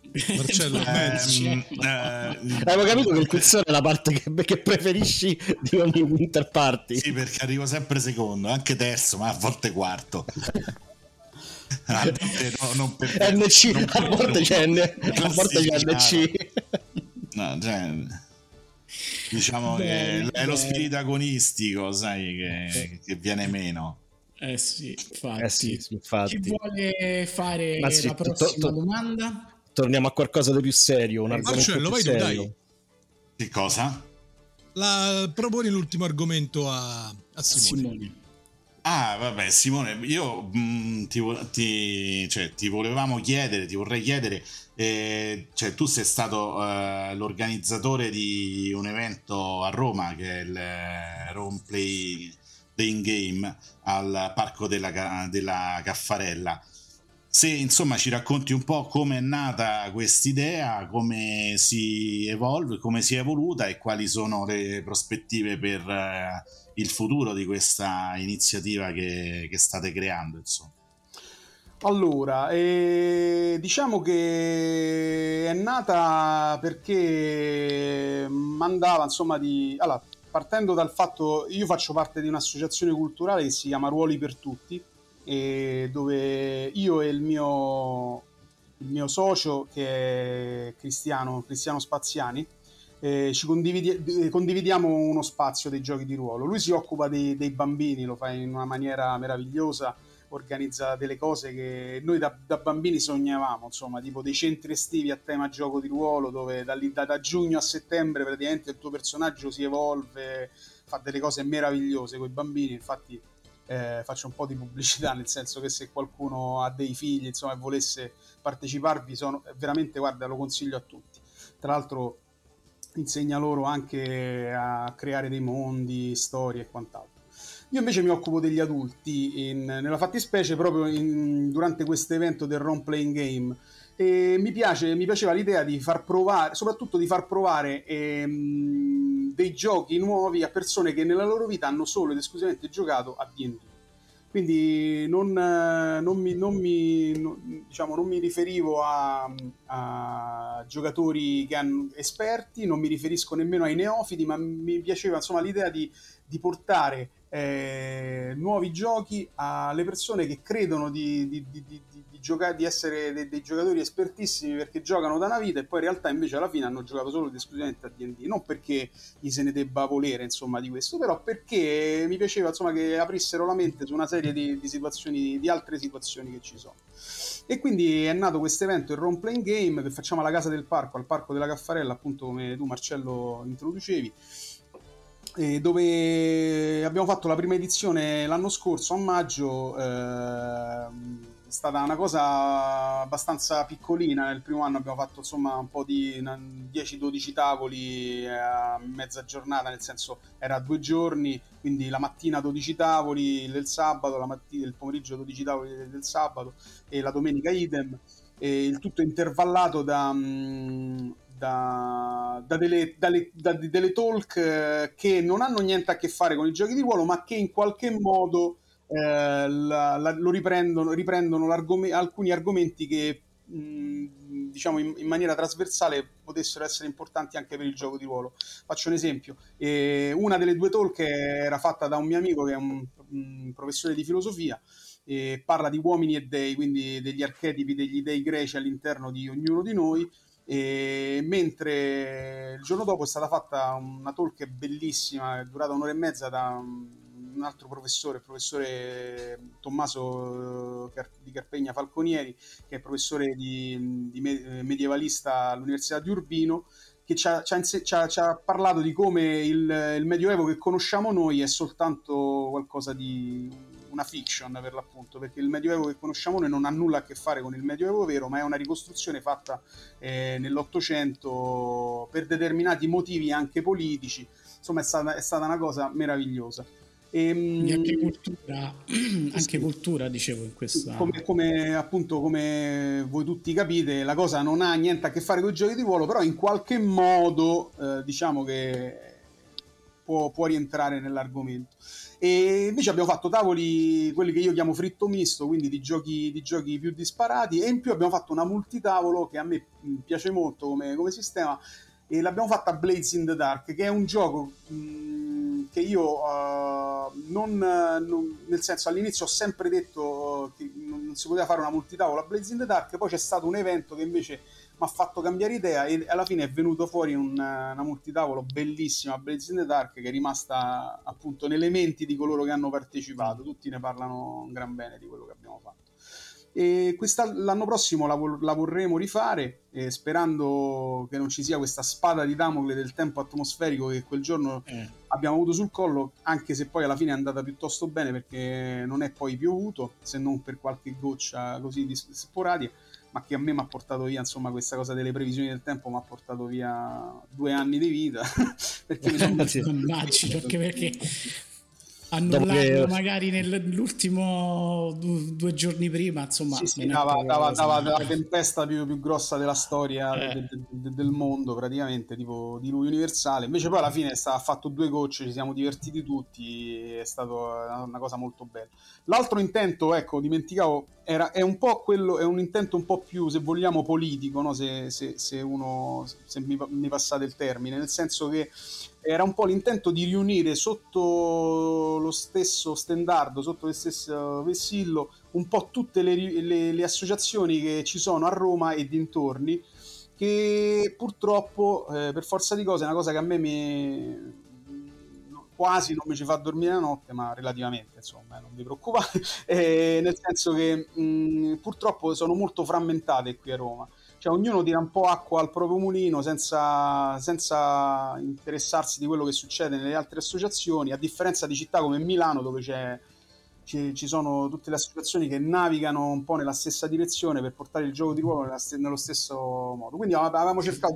Avevo capito che il quizzone è la parte che preferisci di ogni Winter Party. Sì, perché arrivo sempre secondo, anche terzo, ma a volte quarto. A volte non per NC, a volte c'è NC. No, cioè, diciamo che è lo spirito agonistico, sai, che viene meno. Sì, infatti. Infatti. Chi vuole fare la prossima domanda? Torniamo a qualcosa di più serio. Marcello, vai tu, dai. Che cosa? Proponi l'ultimo argomento a Simone. Ah, vabbè, Simone, io ti vorrei chiedere, cioè tu sei stato l'organizzatore di un evento a Roma che è il Role Playing Game al Parco della Caffarella. Se insomma ci racconti un po' come è nata quest'idea, come si evolve, come si è evoluta e quali sono le prospettive per il futuro di questa iniziativa che state creando, insomma. Allora, diciamo che è nata perché mandava, insomma, partendo dal fatto, io faccio parte di un'associazione culturale che si chiama Ruoli per Tutti, dove io e il mio socio, che è Cristiano Spaziani, ci condividiamo uno spazio dei giochi di ruolo. Lui si occupa dei bambini, lo fa in una maniera meravigliosa, organizza delle cose che noi da bambini sognavamo, insomma, tipo dei centri estivi a tema gioco di ruolo, dove da giugno a settembre praticamente il tuo personaggio si evolve, fa delle cose meravigliose con i bambini. Infatti faccio un po' di pubblicità, nel senso che se qualcuno ha dei figli, insomma, e volesse parteciparvi, veramente, guarda, lo consiglio a tutti. Tra l'altro insegna loro anche a creare dei mondi, storie e quant'altro. Io invece mi occupo degli adulti, nella fattispecie proprio durante questo evento del Role Playing Game, e mi piaceva l'idea di far provare, soprattutto di far provare dei giochi nuovi a persone che nella loro vita hanno solo ed esclusivamente giocato a D&D. Quindi non mi riferivo a giocatori che hanno esperti, non mi riferisco nemmeno ai neofiti, ma mi piaceva, insomma, l'idea di portare nuovi giochi alle persone che credono di giocare, di essere dei giocatori espertissimi perché giocano da una vita e poi in realtà invece alla fine hanno giocato solo ed esclusivamente a D&D. Non perché gli se ne debba volere, insomma, di questo, però perché mi piaceva, insomma, che aprissero la mente su una serie di situazioni, di altre situazioni che ci sono. E quindi è nato questo evento, il Role Playing Game, che facciamo alla Casa del Parco, al Parco della Caffarella, appunto, come tu, Marcello, introducevi, dove abbiamo fatto la prima edizione l'anno scorso a maggio. È stata una cosa abbastanza piccolina. Nel primo anno abbiamo fatto, insomma, un po' di 10-12 tavoli a mezza giornata, nel senso era 2 giorni, quindi la mattina 12 tavoli del sabato, il pomeriggio 12 tavoli del sabato e la domenica idem, e il tutto intervallato da delle talk che non hanno niente a che fare con i giochi di ruolo, ma che in qualche modo lo riprendono alcuni argomenti che diciamo in maniera trasversale potessero essere importanti anche per il gioco di ruolo. Faccio un esempio: una delle due talk era fatta da un mio amico che è un professore di filosofia, e parla di uomini e dei, quindi degli archetipi degli dei greci all'interno di ognuno di noi. E mentre il giorno dopo è stata fatta una talk bellissima, è durata 1 ora e mezza, da un altro professore, il professore Tommaso di Carpegna Falconieri, che è professore di medievalista all'Università di Urbino, che ci ha parlato di come il Medioevo che conosciamo noi è soltanto qualcosa di una fiction, per l'appunto, perché il Medioevo che conosciamo noi non ha nulla a che fare con il Medioevo vero, ma è una ricostruzione fatta nell'Ottocento per determinati motivi anche politici. Insomma, è stata una cosa meravigliosa. Anche cultura, dicevo, in questa. Come voi tutti capite, la cosa non ha niente a che fare con i giochi di ruolo, però in qualche modo diciamo che può rientrare nell'argomento. E invece abbiamo fatto tavoli, quelli che io chiamo fritto misto, quindi di giochi più disparati, e in più abbiamo fatto una multitavolo che a me piace molto come sistema, e l'abbiamo fatta Blades in the Dark, che è un gioco che io nel senso, all'inizio ho sempre detto che non si poteva fare una multitavola a Blades in the Dark, poi c'è stato un evento che invece mi ha fatto cambiare idea, e alla fine è venuto fuori una multitavolo bellissima, Blades in the Dark, che è rimasta appunto nei lamenti di coloro che hanno partecipato. Tutti ne parlano un gran bene di quello che abbiamo fatto. E l'anno prossimo la vorremo rifare, sperando che non ci sia questa spada di Damocle del tempo atmosferico che quel giorno abbiamo avuto sul collo, anche se poi alla fine è andata piuttosto bene, perché non è poi piovuto, se non per qualche goccia così sporadica, ma che a me mi ha portato via, insomma, questa cosa delle previsioni del tempo mi ha portato via 2 anni di vita. Perché mi sono immagino, anche perché annullarlo magari nell'ultimo 2 giorni prima, insomma, sì, dava la tempesta più grossa della storia del mondo, praticamente, tipo di lui universale. Invece poi alla fine ha fatto 2 gocce, ci siamo divertiti tutti, è stata una cosa molto bella. L'altro intento, ecco, dimenticavo, è un po' quello, è un intento un po' più, se vogliamo, politico, no? Se mi passate il termine, nel senso che era un po' l'intento di riunire sotto lo stesso stendardo, sotto lo stesso vessillo, un po' tutte le associazioni che ci sono a Roma e dintorni, che purtroppo per forza di cose è una cosa che a me quasi non mi ci fa dormire la notte, ma relativamente, insomma, non vi preoccupate, nel senso che purtroppo sono molto frammentate qui a Roma. Cioè, ognuno tira un po' acqua al proprio mulino senza interessarsi di quello che succede nelle altre associazioni, a differenza di città come Milano, dove ci sono tutte le associazioni che navigano un po' nella stessa direzione per portare il gioco di ruolo nello stesso modo. Quindi avevamo cercato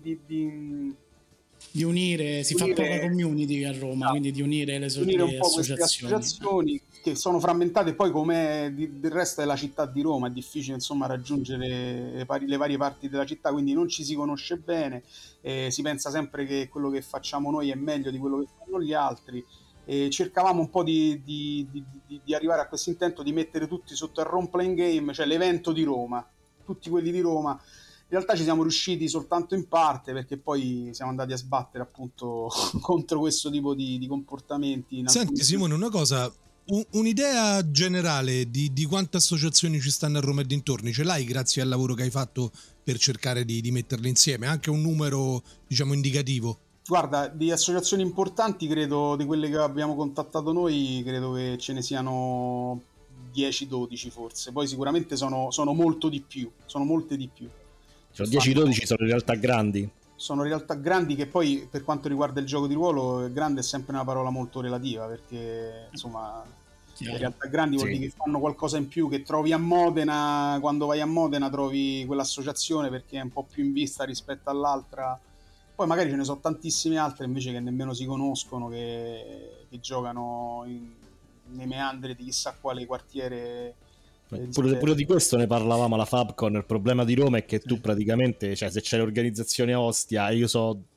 di unire, fa poca community a Roma, quindi di unire le associazioni che sono frammentate. Poi, come del resto della città di Roma, è difficile, insomma, raggiungere le varie parti della città, quindi non ci si conosce bene, si pensa sempre che quello che facciamo noi è meglio di quello che fanno gli altri, e cercavamo un po' di arrivare a questo intento di mettere tutti sotto il Rome Playing Game, cioè l'evento di Roma, tutti quelli di Roma. In realtà ci siamo riusciti soltanto in parte, perché poi siamo andati a sbattere appunto contro questo tipo di comportamenti. Senti Simone, una cosa, un'idea generale di quante associazioni ci stanno a Roma e dintorni ce l'hai, grazie al lavoro che hai fatto per cercare di metterle insieme? Anche un numero, diciamo, indicativo? Guarda, di associazioni importanti, credo, di quelle che abbiamo contattato noi, credo che ce ne siano 10-12 forse. Poi sicuramente sono molto di più, sono molte di più. Sono 10-12, sono in realtà grandi. Sono realtà grandi, che poi, per quanto riguarda il gioco di ruolo, grande è sempre una parola molto relativa, perché insomma le realtà grandi vuol dire che fanno qualcosa in più, che trovi a Modena, quando vai a Modena trovi quell'associazione perché è un po' più in vista rispetto all'altra. Poi magari ce ne sono tantissime altre invece che nemmeno si conoscono, che giocano nei meandri di chissà quale quartiere. Pure di questo ne parlavamo alla Fabcon. Il problema di Roma è che tu praticamente, cioè, se c'è l'organizzazione a Ostia, e io so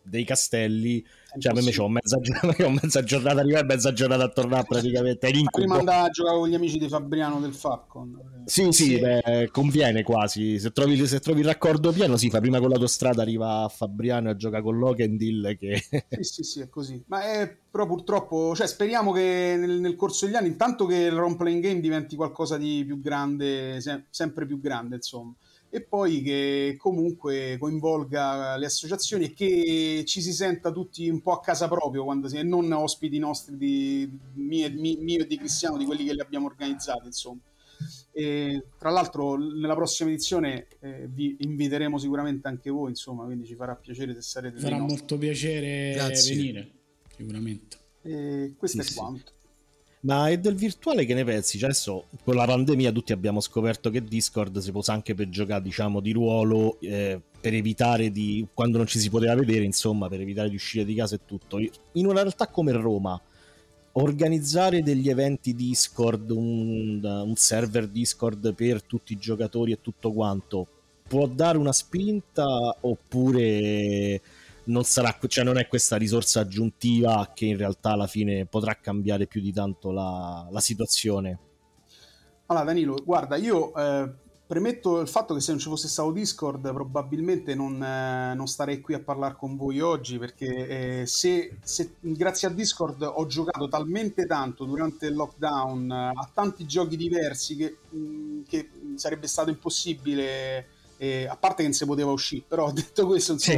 dei castelli, cioè a me c'ho mezza giornata arrivare e mezza giornata a tornare praticamente. Prima andare a giocare con gli amici di Fabriano del Falcon. Sì. Beh, conviene quasi, se trovi il raccordo pieno si fa prima con l'autostrada, arriva a Fabriano a giocare con Lokendil che... sì, è così, ma però purtroppo, cioè, speriamo che nel corso degli anni, intanto che il role playing game diventi qualcosa di più grande, sempre più grande, insomma, e poi che comunque coinvolga le associazioni e che ci si senta tutti un po' a casa proprio, quando e non ospiti nostri mio e di Cristiano, di quelli che li abbiamo organizzati, insomma. E, tra l'altro nella prossima edizione vi inviteremo sicuramente anche voi, insomma, quindi ci farà piacere se sarete. Farà molto piacere venire, sicuramente. Questo è quanto. Ma e del virtuale che ne pensi? Cioè adesso con la pandemia tutti abbiamo scoperto che Discord si usa anche per giocare, diciamo, di ruolo, per evitare di, quando non ci si poteva vedere, insomma, per evitare di uscire di casa e tutto. In una realtà come Roma, organizzare degli eventi Discord, un server Discord per tutti i giocatori e tutto quanto, può dare una spinta oppure non sarà, cioè non è questa risorsa aggiuntiva che in realtà alla fine potrà cambiare più di tanto la situazione? Allora Danilo, guarda, io premetto il fatto che se non ci fosse stato Discord probabilmente non starei qui a parlare con voi oggi, perché se grazie a Discord ho giocato talmente tanto durante il lockdown a tanti giochi diversi che sarebbe stato impossibile, a parte che non si poteva uscire, però detto questo, insomma,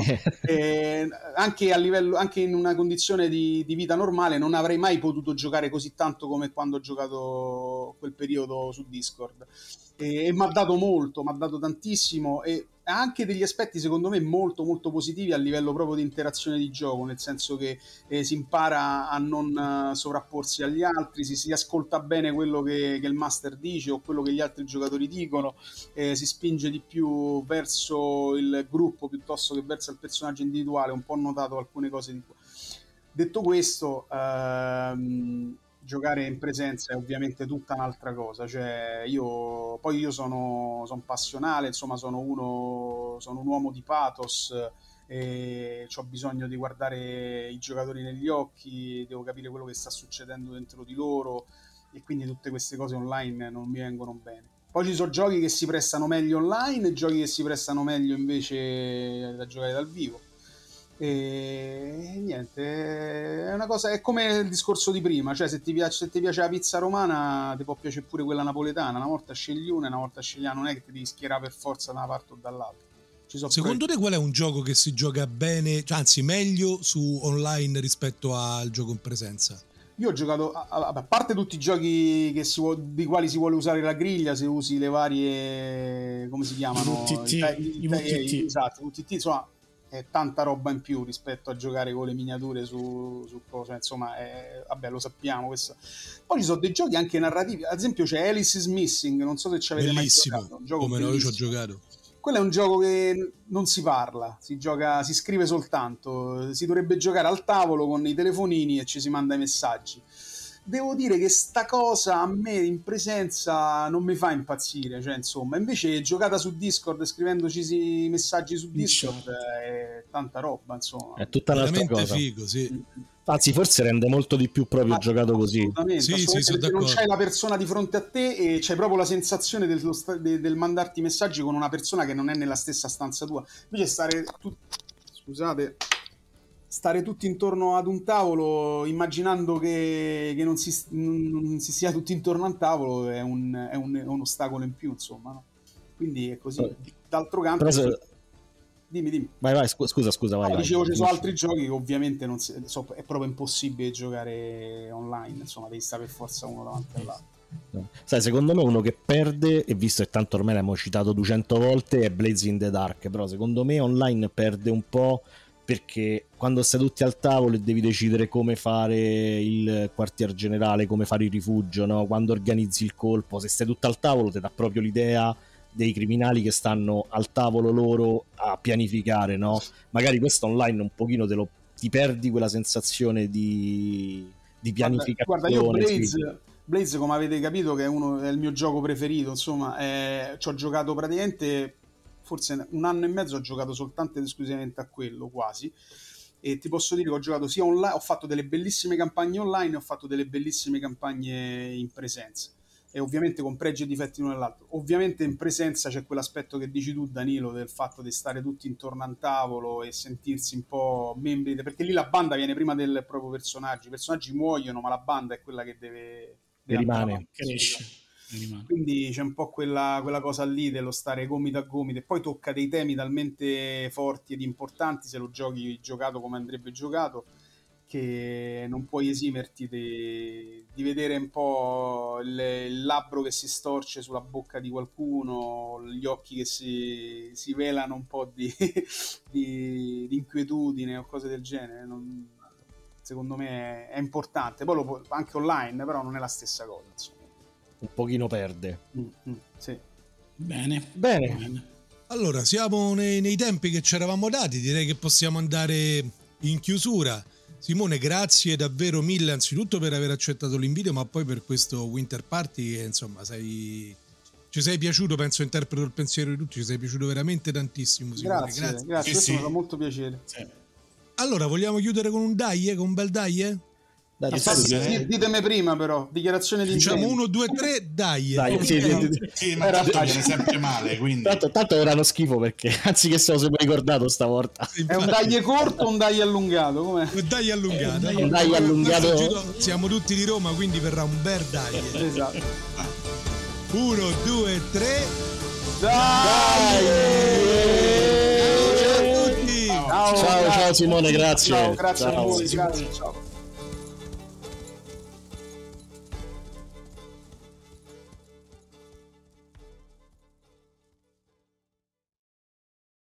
anche a livello, anche in una condizione di vita normale non avrei mai potuto giocare così tanto come quando ho giocato quel periodo su Discord, e mi ha dato tantissimo, e ha anche degli aspetti secondo me molto molto positivi a livello proprio di interazione di gioco, nel senso che si impara a non sovrapporsi agli altri, si ascolta bene quello che il master dice o quello che gli altri giocatori dicono, si spinge di più verso il gruppo piuttosto che verso il personaggio individuale. Un po' ho notato alcune cose di qua. Detto questo, giocare in presenza è ovviamente tutta un'altra cosa, cioè io sono passionale, insomma, sono un uomo di pathos, e ho bisogno di guardare i giocatori negli occhi, devo capire quello che sta succedendo dentro di loro, e quindi tutte queste cose online non mi vengono bene. Poi ci sono giochi che si prestano meglio online e giochi che si prestano meglio invece da giocare dal vivo. E niente, è una cosa, è come il discorso di prima, cioè se ti piace la pizza romana ti può piacere pure quella napoletana, una volta scegli una, una volta scegli, non è che ti devi schierare per forza da una parte o dall'altra. Secondo te qual è un gioco che si gioca bene, cioè, anzi meglio su online rispetto al gioco in presenza? Io ho giocato, a parte tutti i giochi di quali si vuole usare la griglia, se usi le varie, come si chiamano? I VTT. Esatto, VTT, insomma, è tanta roba in più rispetto a giocare con le miniature su cose, insomma, vabbè, lo sappiamo questo. Poi ci sono dei giochi anche narrativi, ad esempio c'è Alice is Missing, non so se ci avete mai giocato. Un gioco come no, io ci ho giocato. Quello è un gioco che non si parla, si scrive soltanto, si dovrebbe giocare al tavolo con i telefonini e ci si manda i messaggi. Devo dire che sta cosa a me in presenza non mi fa impazzire, cioè, insomma, invece giocata su Discord, scrivendoci messaggi su Discord, è tanta roba, insomma. È tutta un'altra cosa. Figo, sì. Anzi, forse rende molto di più proprio giocato così. Assolutamente, sì, non c'hai la persona di fronte a te e c'hai proprio la sensazione del mandarti messaggi con una persona che non è nella stessa stanza tua. Invece stare tutti intorno ad un tavolo immaginando che non si sia tutti intorno al tavolo è un ostacolo in più, insomma, no? Quindi è così. D'altro canto... Dimmi. Vai, scusa, vai. Dicevo, ci sono altri giochi che ovviamente è proprio impossibile giocare online, insomma, devi stare per forza uno davanti all'altro. Sai, secondo me uno che perde, e visto che tanto ormai l'abbiamo citato 200 volte, è Blades in the Dark, però secondo me online perde un po', perché quando stai tutti al tavolo e devi decidere come fare il quartier generale, come fare il rifugio, no? Quando organizzi il colpo, se stai tutto al tavolo ti dà proprio l'idea dei criminali che stanno al tavolo loro a pianificare, no? Magari questo online un pochino ti perdi quella sensazione di pianificazione. Guarda, io Blaze, come avete capito, che è il mio gioco preferito, insomma, ci ho giocato praticamente forse un anno e mezzo, ho giocato soltanto ed esclusivamente a quello, quasi, e ti posso dire che ho giocato sia online, ho fatto delle bellissime campagne online e ho fatto delle bellissime campagne in presenza, e ovviamente con pregi e difetti l'uno nell'altro. Ovviamente in presenza c'è quell'aspetto che dici tu, Danilo, del fatto di stare tutti intorno a un tavolo e sentirsi un po' membri, perché lì la banda viene prima del proprio personaggio, i personaggi muoiono ma la banda è quella che deve rimane, cresce. Quindi c'è un po' quella cosa lì dello stare gomito a gomito, e poi tocca dei temi talmente forti ed importanti, se lo giochi giocato come andrebbe giocato, che non puoi esimerti di vedere un po' il labbro che si storce sulla bocca di qualcuno, gli occhi che si velano un po' di inquietudine o cose del genere. Secondo me è importante, poi anche online, però non è la stessa cosa, insomma. Un pochino perde. Sì. Bene. Allora, siamo nei tempi che ci eravamo dati, direi che possiamo andare in chiusura. Simone, grazie davvero mille, anzitutto per aver accettato l'invito, ma poi per questo Winter Party, che insomma ci sei piaciuto, penso interpreto il pensiero di tutti, ci sei piaciuto veramente tantissimo, Simone. Grazie. Questo mi fa molto piacere. Sì. Allora, vogliamo chiudere con un dai, con un bel dai? Ditemi prima, però dichiarazione di diciamo intenti. 1, 2, 3, dai. Sì, ma tanto viene sempre male, quindi tanto erano schifo, perché anziché se lo sei ricordato stavolta. È un dai corto o un dai allungato? Com'è? Un dai allungato. Un dai allungato. Siamo tutti di Roma, quindi verrà un bel dai. Esatto. 1, 2, 3. Dai! Ciao a tutti. Ciao Simone, grazie. Ciao, grazie a voi, grazie. Ciao.